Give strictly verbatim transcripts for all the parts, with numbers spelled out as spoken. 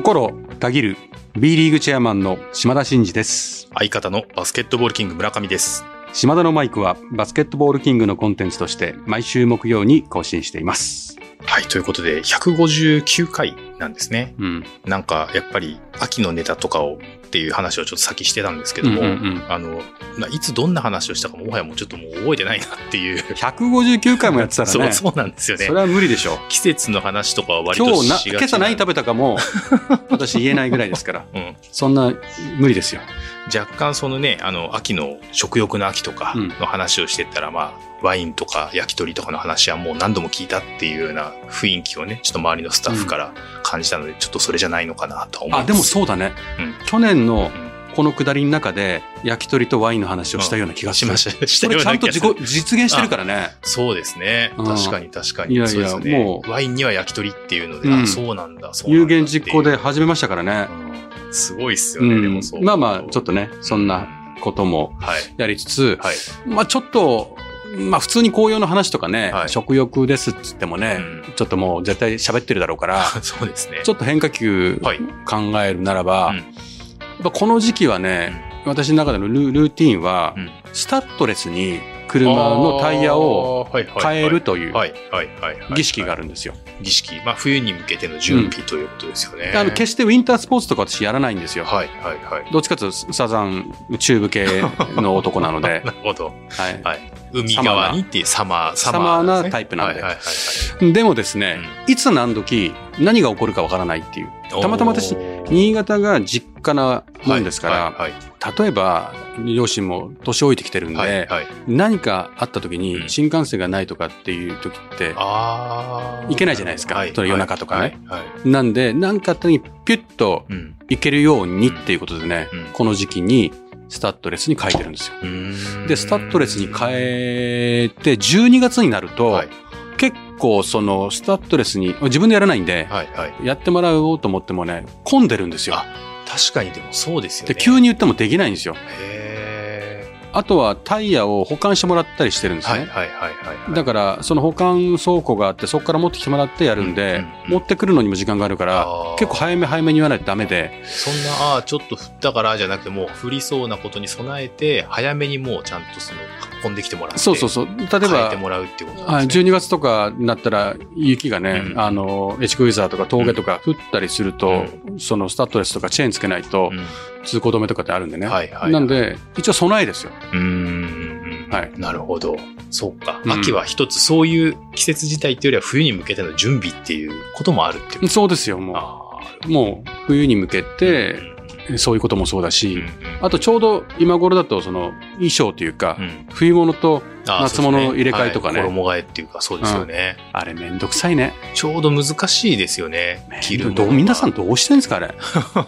心たぎる B リーグチェアマンの島田真二です。 相方のバスケットボールキング村上です。 島田のマイクはバスケットボールキングのコンテンツとして毎週木曜に更新しています。 はい、ということでひゃくごじゅうきゅうかいなんですね。 うん、 なんかやっぱり秋のネタとかをっていう話をちょっと先してたんですけども、うんうんうん、あのいつどんな話をしたかもはやもうちょっともう覚えてないなっていう。 ひゃくごじゅうきゅうかいもやってたらね。 そうそうなんですよね。 それは無理でしょう。 季節の話とかは割としがちな。 今日な今朝何食べたかも私言えないぐらいですから、うん、そんな無理ですよ。 若干そのね、あの秋の食欲の秋とかの話をしてったら、うん、まあワインとか焼き鳥とかの話はもう何度も聞いたっていうような雰囲気をね、ちょっと周りのスタッフから感じたので、うん、ちょっとそれじゃないのかなと思います。 あ、でもそうだね。うん、去年のこの下りの中で焼き鳥とワインの話をしたような気がする。 うん、しました。したような気がする。 これちゃんと実現してるからね。 そうですね。確かに確かに。 いやいや、 そうですね、 もうワインには焼き鳥っていうので、 うん、 あ、そうなんだ、そうなんだ。 有言実行で始めましたからね。 うん、すごいっすよね。うん、でもそう。 まあまあちょっとね、そんなこともやりつつ、はいはい、まあちょっと。まあ普通に紅葉の話とかね、はい、食欲ですっつってもね、うん、ちょっともう絶対喋ってるだろうからそうですね。 ちょっと変化球考えるならば、はい、うん、やっぱこの時期はね、うん、私の中での ル, ルーティーンは、うん、スタッドレスに車のタイヤを変えるという儀式があるんですよ。 儀式、まあ冬に向けての準備ということですよね。 うん、あの決してウィンタースポーツとか私やらないんですよ。 はいはいはい。 どっちかというとサザンチューブ系の男なので。 なるほど。 はい。 はい、海側にっていうサマー、 サマーなタイプなんで。はいはいはいはい、でもですね、うん、いつ何時何が起こるかわからないっていう。たまたま私、新潟が実家なもんですから、はいはいはい、例えば、両親も年老いてきてるんで、はいはい、何かあった時に新幹線がないとかっていう時って、うん、行けないじゃないですか。はい、夜中とかね。はいはい、なんで、何かあった時にピュッと行けるようにっていうことでね、うんうん、この時期に、スタッドレスに変えてるんですよ。で、スタッドレスに変えて、じゅうにがつになると、はい、結構そのスタッドレスに、自分でやらないんで、はいはい、やってもらおうと思ってもね、混んでるんですよ。 あ、確かにでもそうですよね。 で、急に言ってもできないんですよ。へー。あとはタイヤを保管してもらったりしてるんですね。はいはいはいはい。だから、その保管倉庫があって、そこから持ってきてもらってやるんで、うんうんうん、持ってくるのにも時間があるから、結構早め早めに言わないとダメで。 そんな、ああ、ちょっと降ったからじゃなくて、もう降りそうなことに備えて、早めにもうちゃんとその、運んできてもらって。 そうそうそう。例えば、 変えてもらうっていうことですね。 じゅうにがつとかになったら、雪がね、うん、あの、エチクイザーとか峠とか降ったりすると、うん、そのスタッドレスとかチェーンつけないと、うん、通行止めとかってあるんでね。はいはいはい、なんで、一応備えですよ。 うーん、はい。なるほど。そうか。秋は一つそういう季節自体っていうよりは冬に向けての準備っていうこともあるっていうこと。 そうですよ、もう。もう冬に向けて、うん、そういうこともそうだし、うんうん、あとちょうど今頃だとその衣装というか、うん、冬物と夏物の入れ替えとかね。 はい、衣替えっていうかそうですよね。 うん、あれめんどくさいね。 ちょうど難しいですよね。 着るの。皆さんどうしてんですかあれ。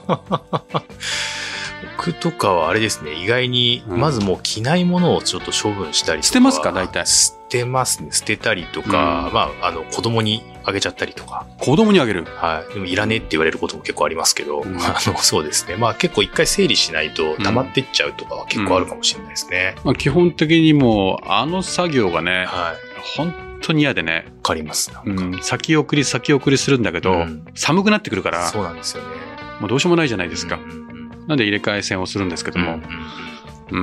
僕とかはあれですね、意外に、まずもう着ないものをちょっと処分したりとか。 捨てますか大体。 捨てますね。捨てたりとか、うん、まあ、あの、子供にあげちゃったりとか。 子供にあげる？ はい。でもいらねえって言われることも結構ありますけど、うん、あの、そうですね。まあ結構一回整理しないと溜まってっちゃうとかは結構あるかもしれないですね。 うんうん、まあ、基本的にもう、あの作業がね、はい、本当に嫌でね。 わかります。なんか、 うん。先送り先送りするんだけど、うん、寒くなってくるから。 そうなんですよね。 もうどうしようもないじゃないですか。うんうん、なんで入れ替え戦をするんですけども。うんうん、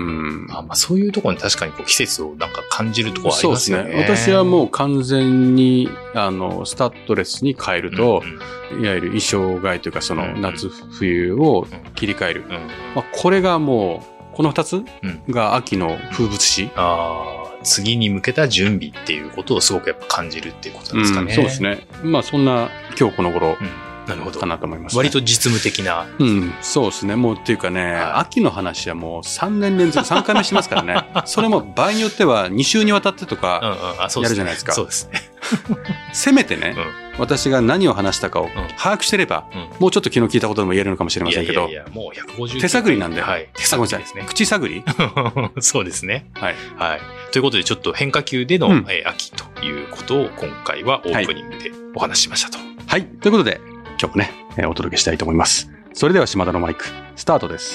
あ、まあそういうところに確かにこう季節をなんか感じるところありますよね。 そうですね。私はもう完全にあのスタッドレスに変えると、うんうん、いわゆる衣装替えというかその夏冬を切り替える。うんうん、まあ、これがもうこの二つが秋の風物詩。うん、 ああ、次に向けた準備っていうことをすごくやっぱ感じるっていうことなんですかね。 うん、そうですね。まあそんな今日この頃。うん、 なるほど。 かなと思います、ね。 割と実務的な。 うん。そうですね。もうっていうかね、はい、秋の話はもうさんねん連続さんかいめしてますからね。それも場合によってはに週にわたってとかやるじゃないですか。 そうですね。 せめてね、うん、私が何を話したかを把握してれば、うん、もうちょっと昨日聞いたことでも言えるのかもしれませんけど、 いやいやいや、もうひゃくごじゅう手探りなんで、 はい、手探りですね。 口探りそうですね。 はい。 はい。ということでちょっと変化球での、うん、えー、秋ということを今回はオープニングでお話ししましたと。 はい。はい、ということで、今日もね、えー、お届けしたいと思います。それでは島田のマイク、スタートです。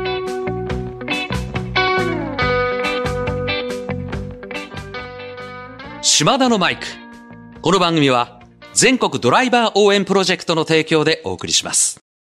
島田のマイク。この番組は全国ドライバー応援プロジェクトの提供でお送りします。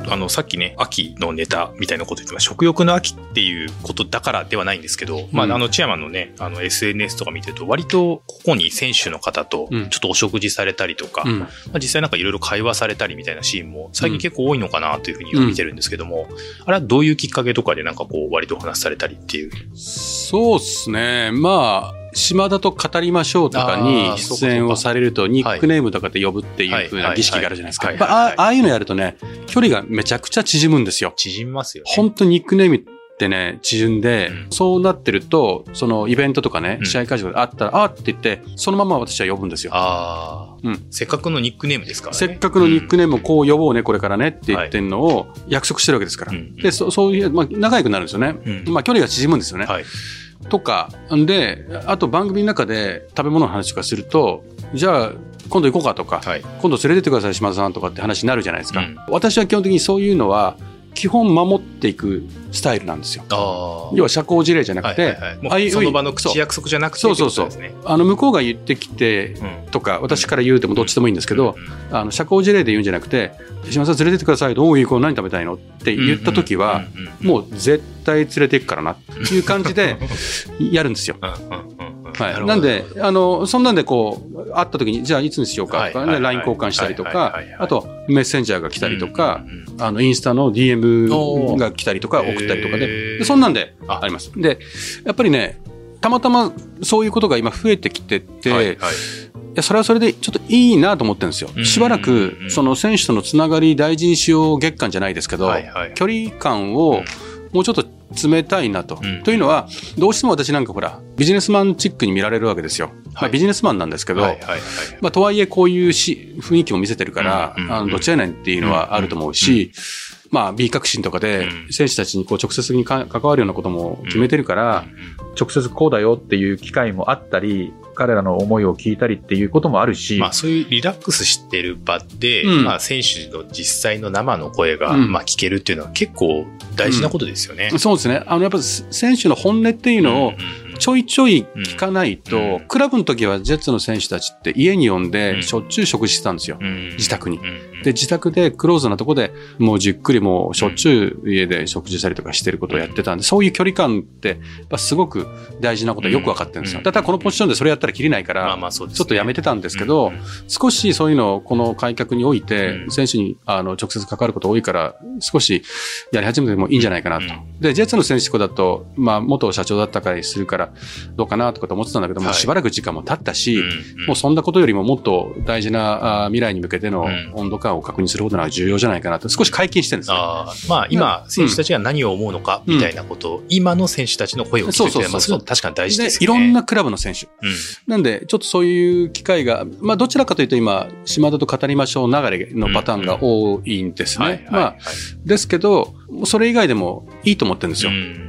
あの、さっきね、秋のネタみたいなこと言ってました。食欲の秋っていうことだからではないんですけど、うん、まあ、あの、チェアマンのね、あの、エスエヌエス とか見てると、割とここに選手の方と、ちょっとお食事されたりとか、うん、まあ、実際なんかいろいろ会話されたりみたいなシーンも、最近結構多いのかなというふうには見てるんですけども、うん、あれはどういうきっかけとかでなんかこう、割とお話されたりっていう。 そうですね。まあ、島田と語りましょうとかに出演をされるとニックネームとかで呼ぶっていう風な儀式があるじゃないですか。ああいうのやるとね、距離がめちゃくちゃ縮むんですよ。 縮みますよね。 本当にニックネームってね、縮んで、うん、そうなってると、そのイベントとかね、うん、試合会場であったら、あーって言って、そのまま私は呼ぶんですよ。 あうん、せっかくのニックネームですからね。 せっかくのニックネームをこう呼ぼうね、これからねって言ってんのを約束してるわけですから。はい、で、そそういう、まあ、仲良くなるんですよね。うん、まあ、距離が縮むんですよね。はいとか、んで、あと番組の中で食べ物の話とかすると、じゃあ今度行こうかとか、はい、今度連れてってください島田さんとかって話になるじゃないですか。うん、私は基本的にそういうのは基本守っていくスタイルなんですよ。あ要は社交辞令じゃなくて、はいはいはい、 その場の口約束じゃなくて、 そうそうそうそう、あの向こうが言ってきてとか、うん、私から言うてもどっちでもいいんですけど、うん、あの社交辞令で言うんじゃなくて、島田さん連れてってください、どういう子何食べたいのって言った時は、もう絶対連れていくからなっていう感じでやるんですよ。はい、なんであのそんなんでこう会った時にじゃあいつにしようかとか、ね、ライン 交換したりとか、あとメッセンジャーが来たりとか、うんうん、あのインスタの ディーエム が来たりとか送ったりとか で, でそんなんであります。でやっぱりねたまたまそういうことが今増えてきてて、はいはい、いやそれはそれでちょっといいなと思ってるんですよ。しばらくその選手とのつながり大事にしよう月間じゃないですけど、はいはい、距離感をもうちょっと冷たいなと、うん、というのはどうしても私なんかほらビジネスマンチックに見られるわけですよ、はいまあ、ビジネスマンなんですけど、はいはいはいまあ、とはいえこういうし雰囲気を見せてるから、うんうんうん、あのどっちやねんっていうのはあると思うし、うんうんうんまあ、B 革新とかで選手たちにこう直接にか関わるようなことも決めてるから、直接こうだよっていう機会もあったり、彼らの思いを聞いたりっていうこともあるし、 まあ、そういうリラックスしてる場で、うんまあ、選手の実際の生の声が、うんまあ、聞けるっていうのは結構大事なことですよね。 うん、そうですね。あのやっぱ選手の本音っていうのをちょいちょい聞かないと、うんうん、クラブの時はジェッツの選手たちって家に呼んでしょっちゅう食事してたんですよ、うん、自宅に。で自宅でクローズなとこでもうじっくりもうしょっちゅう家で食事したりとかしてることをやってたんで、そういう距離感ってやっぱすごく大事なことはよく分かってるんですよ。だからこのポジションでそれやったら切りないから、まあまあそうですね、ちょっとやめてたんですけど、うんうん、少しそういうのをこの改革において選手にあの直接関わること多いから少しやり始めてもいいんじゃないかなと。でジェッツの選手だと、まあ、元社長だったりするからどうかなとかと思ってたんだけども、はい、しばらく時間も経ったし、うんうん、もうそんなことよりももっと大事なあ未来に向けての温度感を確認することが重要じゃないかなと少し解禁してるんですね。あまあ、今選手たちが何を思うのかみたいなことを、うん、今の選手たちの声を聞くっていうのはそう確かに大事ですよね。 いろんなクラブの選手、うん、なんでちょっとそういう機会が、まあ、どちらかというと今島田と語りましょう流れのパターンが多いんですね。ですけどそれ以外でもいいと思ってるんですよ、うん、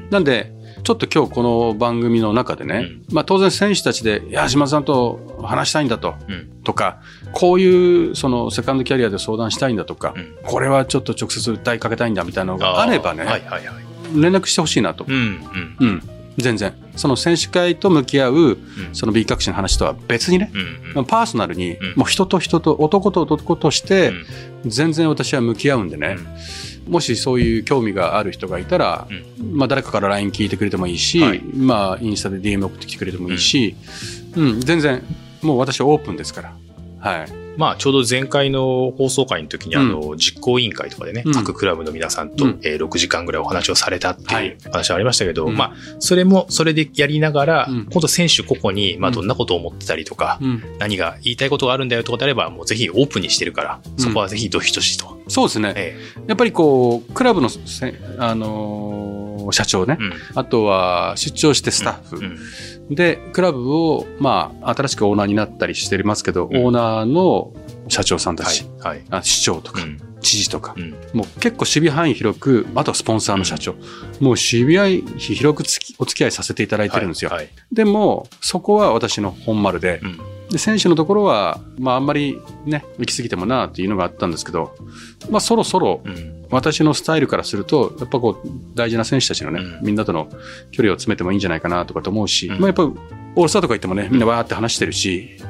なんでちょっと今日この番組の中でね、うんまあ、当然選手たちでいや島田さんと話したいんだと、うん、とかこういうそのセカンドキャリアで相談したいんだとか、うん、これはちょっと直接訴えかけたいんだみたいなのがあればね、はいはいはい、連絡してほしいなと、うんうんうん、全然その選手会と向き合う、うん、その B 革新の話とは別にね、うんうん、パーソナルに、うん、もう人と人と男と男として全然私は向き合うんでね、うん、もしそういう興味がある人がいたら、うんまあ、誰かから ライン 聞いてくれてもいいし、はいまあ、インスタで ディーエム 送ってきてくれてもいいし、うんうん、全然もう私はオープンですから、はい、 まあちょうど前回の放送会の時にあの、うん、実行委員会とかでね、うん、各クラブの皆さんと、うんえー、ろくじかんぐらいお話をされたっていう話はありましたけど、はいまあそれもそれでやりながら、うん、今度選手個々にまあどんなことを思ってたりとか、うん、何が言いたいことがあるんだよってことであればもうぜひオープンにしてるから、うん、そこはぜひどひとしと。 そうですね、えー、やっぱりこうクラブのせ、あのー、社長ね、うん、あとは出張してスタッフ、うんうん、でクラブをまあ新しくオーナーになったりしてますけど、うん、オーナーの社長さんたち、はいはい、あ市長とか、うん、知事とか、うん、もう結構守備範囲広く、あとはスポンサーの社長、うん、もう守備範囲広くつきお付き合いさせていただいてるんですよ、はいはい、でもそこは私の本丸で、うんで選手のところは、まあ、あんまりね行き過ぎてもなっていうのがあったんですけど、まあ、そろそろ私のスタイルからするとやっぱこう大事な選手たちのね、うん、みんなとの距離を詰めてもいいんじゃないかなとかと思うし、うんまあ、やっぱオールスターとか行ってもねみんなわーって話してるし、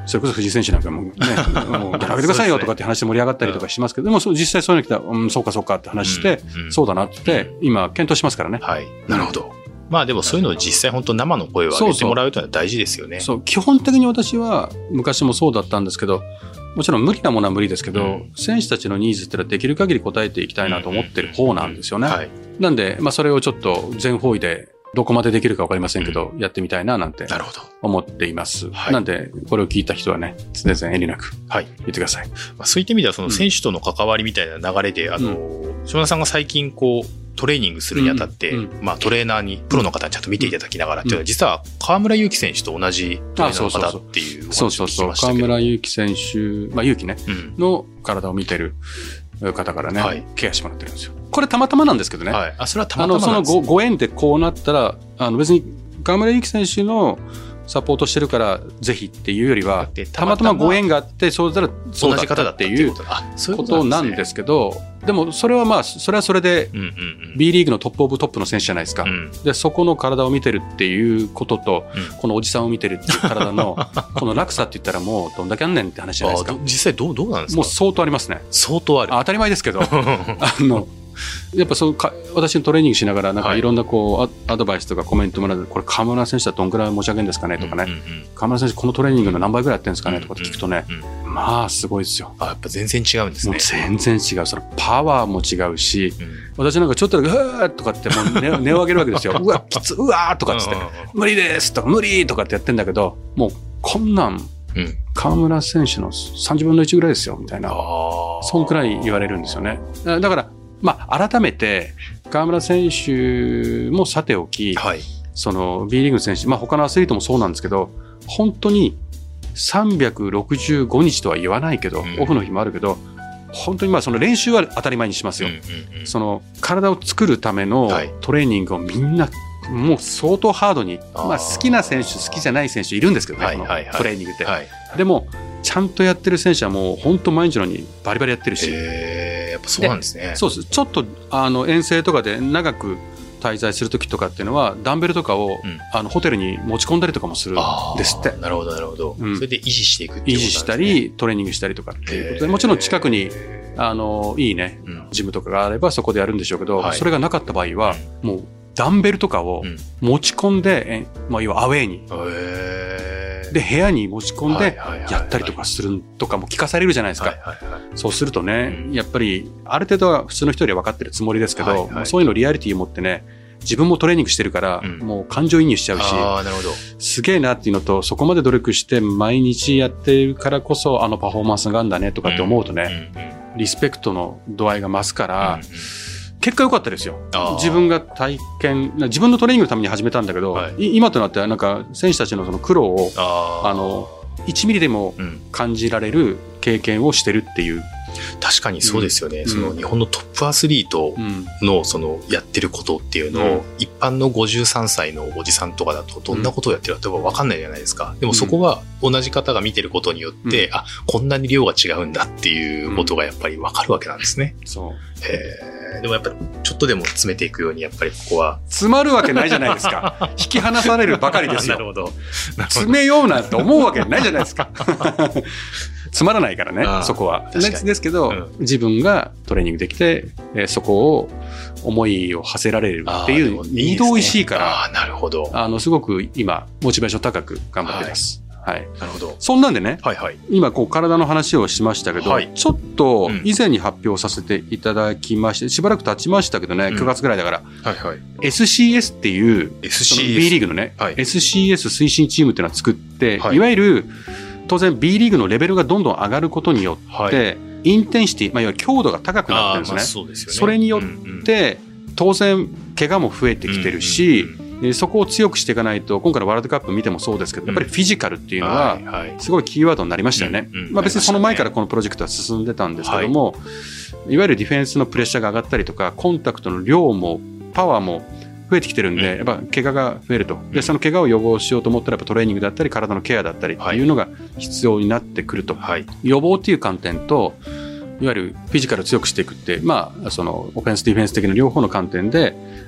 それこそ藤井選手なんかもね、もうやめてくださいよとかって話で盛り上がったりとかしますけど、でも実際そういうの来たら、うん、そうかそうかって話して、うんうん、そうだなって、今検討しますからね。 はい。なるほど。まあでもそういうのを実際本当生の声を上げてもらうというのは大事ですよね。 そうそう、基本的に私は昔もそうだったんですけど、もちろん無理なものは無理ですけど、うん、選手たちのニーズってのはできる限り応えていきたいなと思ってる方なんですよね。なんで、まあそれをちょっと全方位でどこまでできるか分かりませんけど、うん、やってみたいななんて思っています。はい、なんで、これを聞いた人はね、常々遠慮なく言ってください。はい、 まあ、そういった意味では、その選手との関わりみたいな流れで、うん、あの、島田さんが最近こう、トレーニングするにあたって、うんうん、まあトレーナーに、プロの方にちゃんと見ていただきながらっていうのは、実は河村勇輝選手と同じトレーナーの方っていうお話を聞きましたけど。そうそうそう。 河村勇輝選手、まあ勇輝ね、うん、の体を見てる方からね、はい、ケアしてもらってるんですよ。これたまたまなんですけどね。はい。 あ、それはたまたまなんです、 ね、あの、そのご縁でこうなったら、あの別に河村勇輝選手のサポートしてるからぜひっていうよりは、たまたまご縁があって、そうだったらそうだったっていうことなんですけど、でもそれはまあ、それはそれで B リーグのトップオブトップの選手じゃないですか。うん、で、そこの体を見てるっていうことと、うん、このおじさんを見てるっていう体の、この落差って言ったらもうどんだけあんねんって話じゃないですか。 実際どう、どうなんですか？ もう相当ありますね。 相当ある。 あ、当たり前ですけど、あの、やっぱそうか、私のトレーニングしながらなんかいろんなこう、はい、アドバイスとかコメントもらって、これ河村選手はどんくらい持ち上げるんですかねとかね、うんうんうん、河村選手このトレーニングの何倍ぐらいやってるんですかねとかって聞くとね、うんうん、まあすごいですよ。 あ、やっぱ全然違うんですね。 もう全然違う。そのパワーも違うし、うん、私なんかちょっとだけうわーとかってもう寝、寝を上げるわけですよ。うわきつうわーとかっつって、うんうんうん、無理ですとか無理とかってやってんだけど、もうこんなん、うん、河村選手のさんじゅうぶんのいちぐらいですよみたいな、そんくらい言われるんですよね。だからまあ、改めて河村選手もさておき、はい、その B リーグの選手、まあ、他のアスリートもそうなんですけど、本当にさんびゃくろくじゅうごにちとは言わないけど、うん、オフの日もあるけど、本当にまあその練習は当たり前にしますよ、うんうんうん、その体を作るためのトレーニングをみんなもう相当ハードに、まあ、好きな選手好きじゃない選手いるんですけどね、このトレーニングって、はい、でもちゃんとやってる選手はもう本当毎日のようにバリバリやってるし、 へー、やっぱそうなんですね。 そうです。ちょっとあの遠征とかで長く滞在するときとかっていうのはダンベルとかを、うん、あのホテルに持ち込んだりとかもするんですって。 なるほどなるほど、うん、それで維持していくっていうことなんですね。維持したりトレーニングしたりとかっていうことで、もちろん近くにあのいいね、うん、ジムとかがあればそこでやるんでしょうけど、はい、それがなかった場合は、うん、もうダンベルとかを持ち込んで、うん、まあ、要はアウェーに、で部屋に持ち込んでやったりとかするとかも聞かされるじゃないですか。そうするとね、うん、やっぱりある程度は普通の人よりは分かってるつもりですけど、はいはい、そういうのリアリティを持ってね、自分もトレーニングしてるから、うん、もう感情移入しちゃうし、 あ、なるほど、 すげえなっていうのと、そこまで努力して毎日やってるからこそあのパフォーマンスがあるんだねとかって思うとね、うんうんうん、リスペクトの度合いが増すから、うんうん、結果良かったですよ。自分が体験、自分のトレーニングのために始めたんだけど、はい、今となってはなんか選手たちのその苦労をああのいちミリでも感じられる経験をしてるっていう。 確かにそうですよね、うん、その日本のトップアスリートのそのやってることっていうのを、うん、一般のごじゅうさんさいのおじさんとかだとどんなことをやってるかって分かんないじゃないですか。でもそこが同じ方が見てることによって、うん、あ、こんなに量が違うんだっていうことがやっぱり分かるわけなんですね、うん、そう。へー、でもやっぱりちょっとでも詰めていくようにやっぱりここは詰まるわけないじゃないですか。引き離されるばかりですよ。 なるほど。 詰めようなんて思うわけないじゃないですか。つまらないからね、そこは。ですけど、うん、自分がトレーニングできて、えー、そこを思いを馳せられるっていう、二度おいしいから、 あ、なるほど。 あのすごく今モチベーション高く頑張ってます。はい。はい、 なるほど。 そんなんでね、 はいはい、 今こう体の話をしましたけど、はい、ちょっと以前に発表させていただきまして、しばらく経ちましたけどね、うん、くがつぐらいだから、はいはい、エスシーエス っていうエスシーエス B リーグのね、はい、エスシーエス 推進チームっていうのを作って、はい、いわゆる当然 B リーグのレベルがどんどん上がることによって、はい、インテンシティ、まあ、いわゆる強度が高くなってるんですね。まあ、そうですよね。それによって、うんうん、当然怪我も増えてきてるし、うんうんうん、そこを強くしていかないと、今回のワールドカップ見てもそうですけど、やっぱりフィジカルっていうのはすごいキーワードになりましたよね。うんうん、まあ、別にその前からこのプロジェクトは進んでたんですけども、はい、いわゆるディフェンスのプレッシャーが上がったりとか、コンタクトの量もパワーも増えてきてるんで、やっぱ怪我が増えると。で、その怪我を予防しようと思ったらやっぱトレーニングだったり体のケアだったりっていうのが必要になってくると。はい、予防っていう観点と、いわゆるフィジカルを強くしていくって、まあ、そのオフェンスディフェンス的な両方の観点で、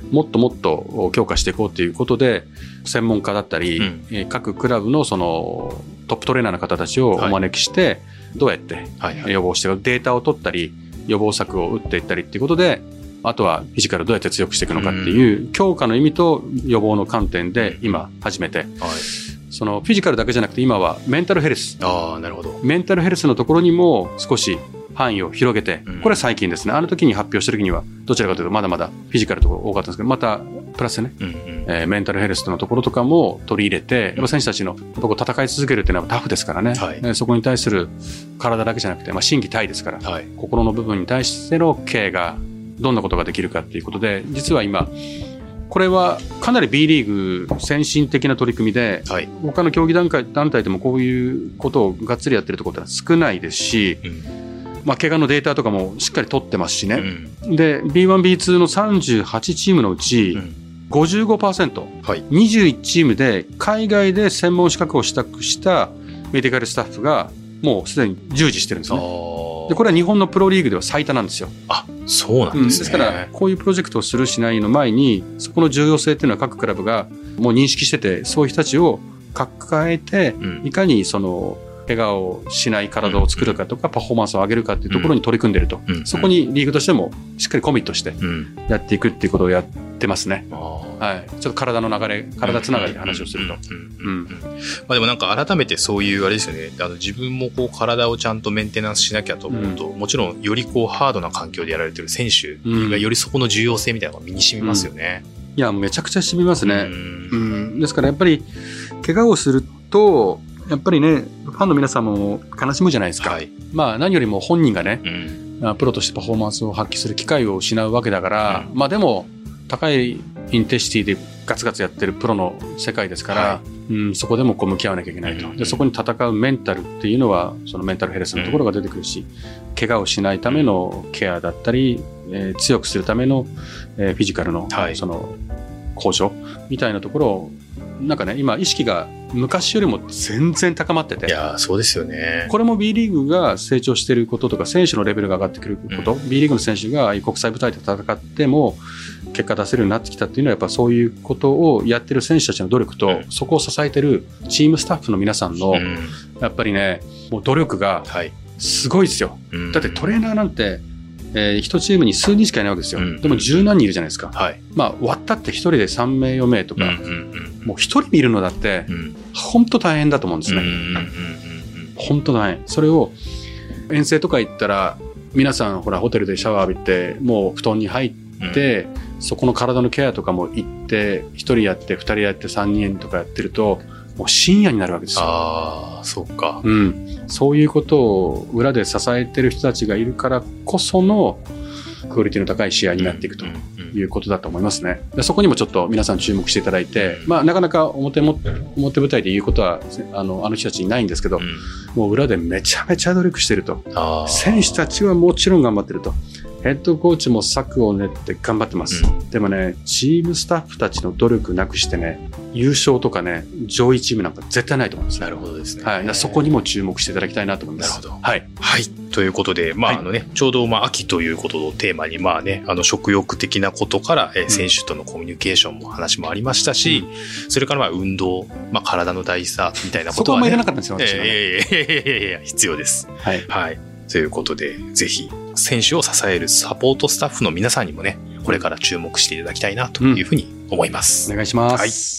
もっともっと強化していこうということで、専門家だったり、うん、各クラブのそのトップトレーナーの方たちをお招きして、はい、どうやって予防していく、データを取ったり予防策を打っていったりっていうことで、あとはフィジカルをどうやって強くしていくのかっていう強化の意味と予防の観点で今始めて、はい、そのフィジカルだけじゃなくて今はメンタルヘルス、 あー、なるほど。 メンタルヘルスのところにも少し範囲を広げて、これは最近ですね。あの時に発表した時にはどちらかというとまだまだフィジカルのところ多かったんですけど、またプラスね、うんうん、えー、メンタルヘルスのところとかも取り入れて、やっぱ選手たちのやっぱ戦い続けるっていうのはタフですからね、はい、そこに対する体だけじゃなくて、まあ、心技体ですから、はい、心の部分に対してのケアがどんなことができるかっていうことで、実は今これはかなり B リーグ先進的な取り組みで、はい、他の競技団体、団体でもこういうことをがっつりやってるところって少ないですし、うん、まあ、怪我のデータとかもしっかり取ってますしね、うん、で ビーワン、ビーツー のさんじゅうはちチームのうち、うん、ごじゅうごパーセント、はい、にじゅういちチームで海外で専門資格を取得したメディカルスタッフがもうすでに従事してるんですね。でこれは日本のプロリーグでは最多なんですよ。 あ、そうなんですね、うん、 ですからこういうプロジェクトをするしないの前に、そこの重要性っていうのは各クラブがもう認識してて、そういう人たちを抱えて、うん、いかにその怪我をしない体を作るかとか、うん、パフォーマンスを上げるかっていうところに取り組んでると、うん、そこにリーグとしてもしっかりコミットしてやっていくっていうことをやってますね、うん、はい、ちょっと体の流れ、体つながりで話をすると、 まあでもなんか改めてそういうあれですよね、あの自分もこう体をちゃんとメンテナンスしなきゃと思うと、うん、もちろんよりこうハードな環境でやられてる選手がよりそこの重要性みたいなのが身に染みますよね、うん、 いやめちゃくちゃ染みますね、うんうん、ですからやっぱり怪我をするとやっぱりね、ファンの皆さんも悲しむじゃないですか、はい、まあ何よりも本人がね、うん、プロとしてパフォーマンスを発揮する機会を失うわけだから、うん、まあでも高いインテンシティでガツガツやってるプロの世界ですから、はい、うん、そこでもこう向き合わなきゃいけないと、うん、でそこに戦うメンタルっていうのはそのメンタルヘルスのところが出てくるし、うん、怪我をしないためのケアだったり、えー、強くするための、えー、フィジカルの、はい、その向上みたいなところをなんかね、今意識が昔よりも全然高まってて、 いやそうですよね。 これも B リーグが成長していることとか、選手のレベルが上がってくること、うん、B リーグの選手が国際舞台で戦っても結果出せるようになってきたっていうのは、やっぱそういうことをやってる選手たちの努力と、うん、そこを支えてるチームスタッフの皆さんの、うん、やっぱりね、もう努力がすごいですよ、はい、だってトレーナーなんてえー、一チームに数人しかいないわけですよ、うん、でも十何人いるじゃないですか、はい、まあ割ったって一人でさんめいよんめいとか、うんうんうん、もう一人見るのだって本当、うん、大変だと思うんですね、本当大変。それを遠征とか行ったら皆さんほらホテルでシャワー浴びてもう布団に入って、うん、そこの体のケアとかも行って一人やって二人やって三人とかやってるともう深夜になるわけですよ。 ああ、そうか。 うん。そういうことを裏で支えてる人たちがいるからこそのクオリティの高い試合になっていくということだと思いますね。でそこにもちょっと皆さん注目していただいて、まあなかなか表も表舞台で言うことはあのあの人たちにないんですけど、うん、もう裏でめちゃめちゃ努力してると。選手たちはもちろん頑張ってると。ヘッドコーチも策を練って頑張ってます、うん、でもねチームスタッフたちの努力なくしてね優勝とかね上位チームなんか絶対ないと思います。 なるほどですね、 はい、そこにも注目していただきたいなと思います。 なるほど、 はい、 はい、ということで、まあ、はい、あのね、ちょうどまあ秋ということをテーマに、まあね、あの食欲的なことから、えー、選手とのコミュニケーションも話もありましたし、うん、それからまあ運動、まあ、体の大事さみたいなことは、ね、 そこはあんまりいらなかったんですよ、私はね。 えー、いやいやいやいや必要です。はい、はい、ということでぜひ選手を支えるサポートスタッフの皆さんにもね、これから注目していただきたいなというふうに思います。 うん、お願いします。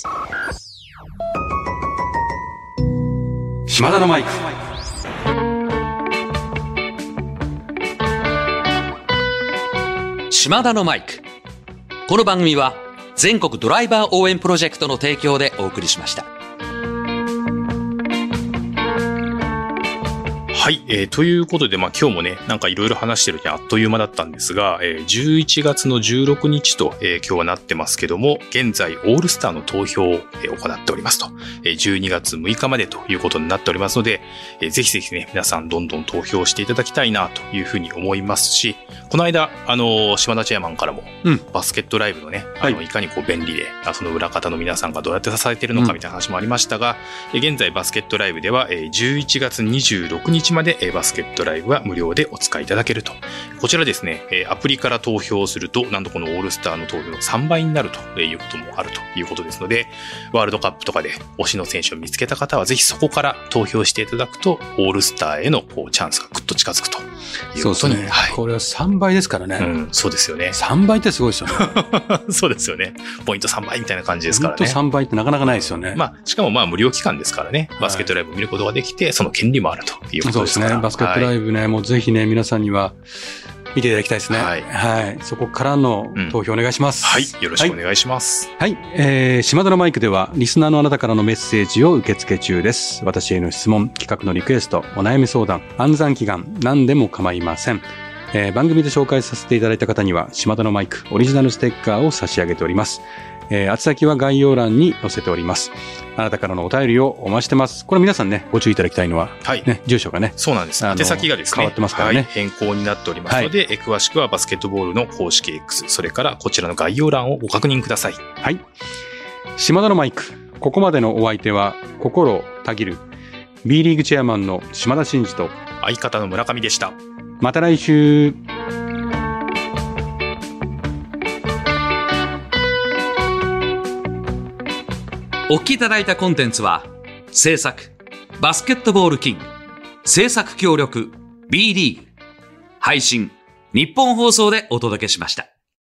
はい、島田のマイク。 島田のマイク。この番組は全国ドライバー応援プロジェクトの提供でお送りしました。 はい、えー、ということで、まあ今日もね、なんかいろいろ話してるうちにあっという間だったんですが、えー、じゅういちがつのじゅうろくにちと、えー、今日はなってますけども、現在オールスターの投票を、えー、行っておりますと、えー、じゅうにがつむいかまでということになっておりますので、えー、ぜひぜひね、皆さんどんどん投票していただきたいなというふうに思いますし、この間、あのー、島田チェアマンからも、うん、バスケットライブのね、あの、はい、いかにこう便利で、その裏方の皆さんがどうやって支えているのかみたいな話もありましたが、うん、現在バスケットライブでは、えー、じゅういちがつにじゅうろくにちまでまで、えー、バスケットライブは無料でお使いいただけると。こちらですね、えー、アプリから投票すると、なんとこのオールスターの投票のさんばいになるということもあるということですので、ワールドカップとかで推しの選手を見つけた方は、ぜひそこから投票していただくと、オールスターへのこうチャンスがぐっと近づくということに。 そうですね。はい、これはさんばいですからね。 うん、そうですよね。 さんばいってすごいですよね。 そうですよね。ポイントさんばいみたいな感じですからね。 ポイントさんばいってなかなかないですよね。 まあ、しかもまあ無料期間ですからね、バスケットライブを見ることができて、その権利もあるということですから。 そうですね。バスケットライブね、はい、もうぜひね、皆さんには見ていただきたいですね。はい。はい。そこからの投票お願いします。 うん、はい。よろしくお願いします。 はい。はい、えー、島田のマイクでは、リスナーのあなたからのメッセージを受け付け中です。私への質問、企画のリクエスト、お悩み相談、暗算祈願、何でも構いません。えー、番組で紹介させていただいた方には、島田のマイク、オリジナルステッカーを差し上げております。えー、宛先は概要欄に載せております。あなたからのお便りをお待ちしてます。これ皆さんね、ご注意いただきたいのは、はい。ね、住所がね。 そうなんです。宛先がですね、 変わってますからね。はい、 変更になっておりますので、はい、詳しくはバスケットボールの公式 X、それからこちらの概要欄をご確認ください。 はい。島田のマイク、ここまでのお相手は、心たぎる、B リーグチェアマンの島田真二と、 相方の村上でした。 また来週。 お聞きいただいたコンテンツは、制作、バスケットボールキング、制作協力、B リーグ、配信、日本放送でお届けしました。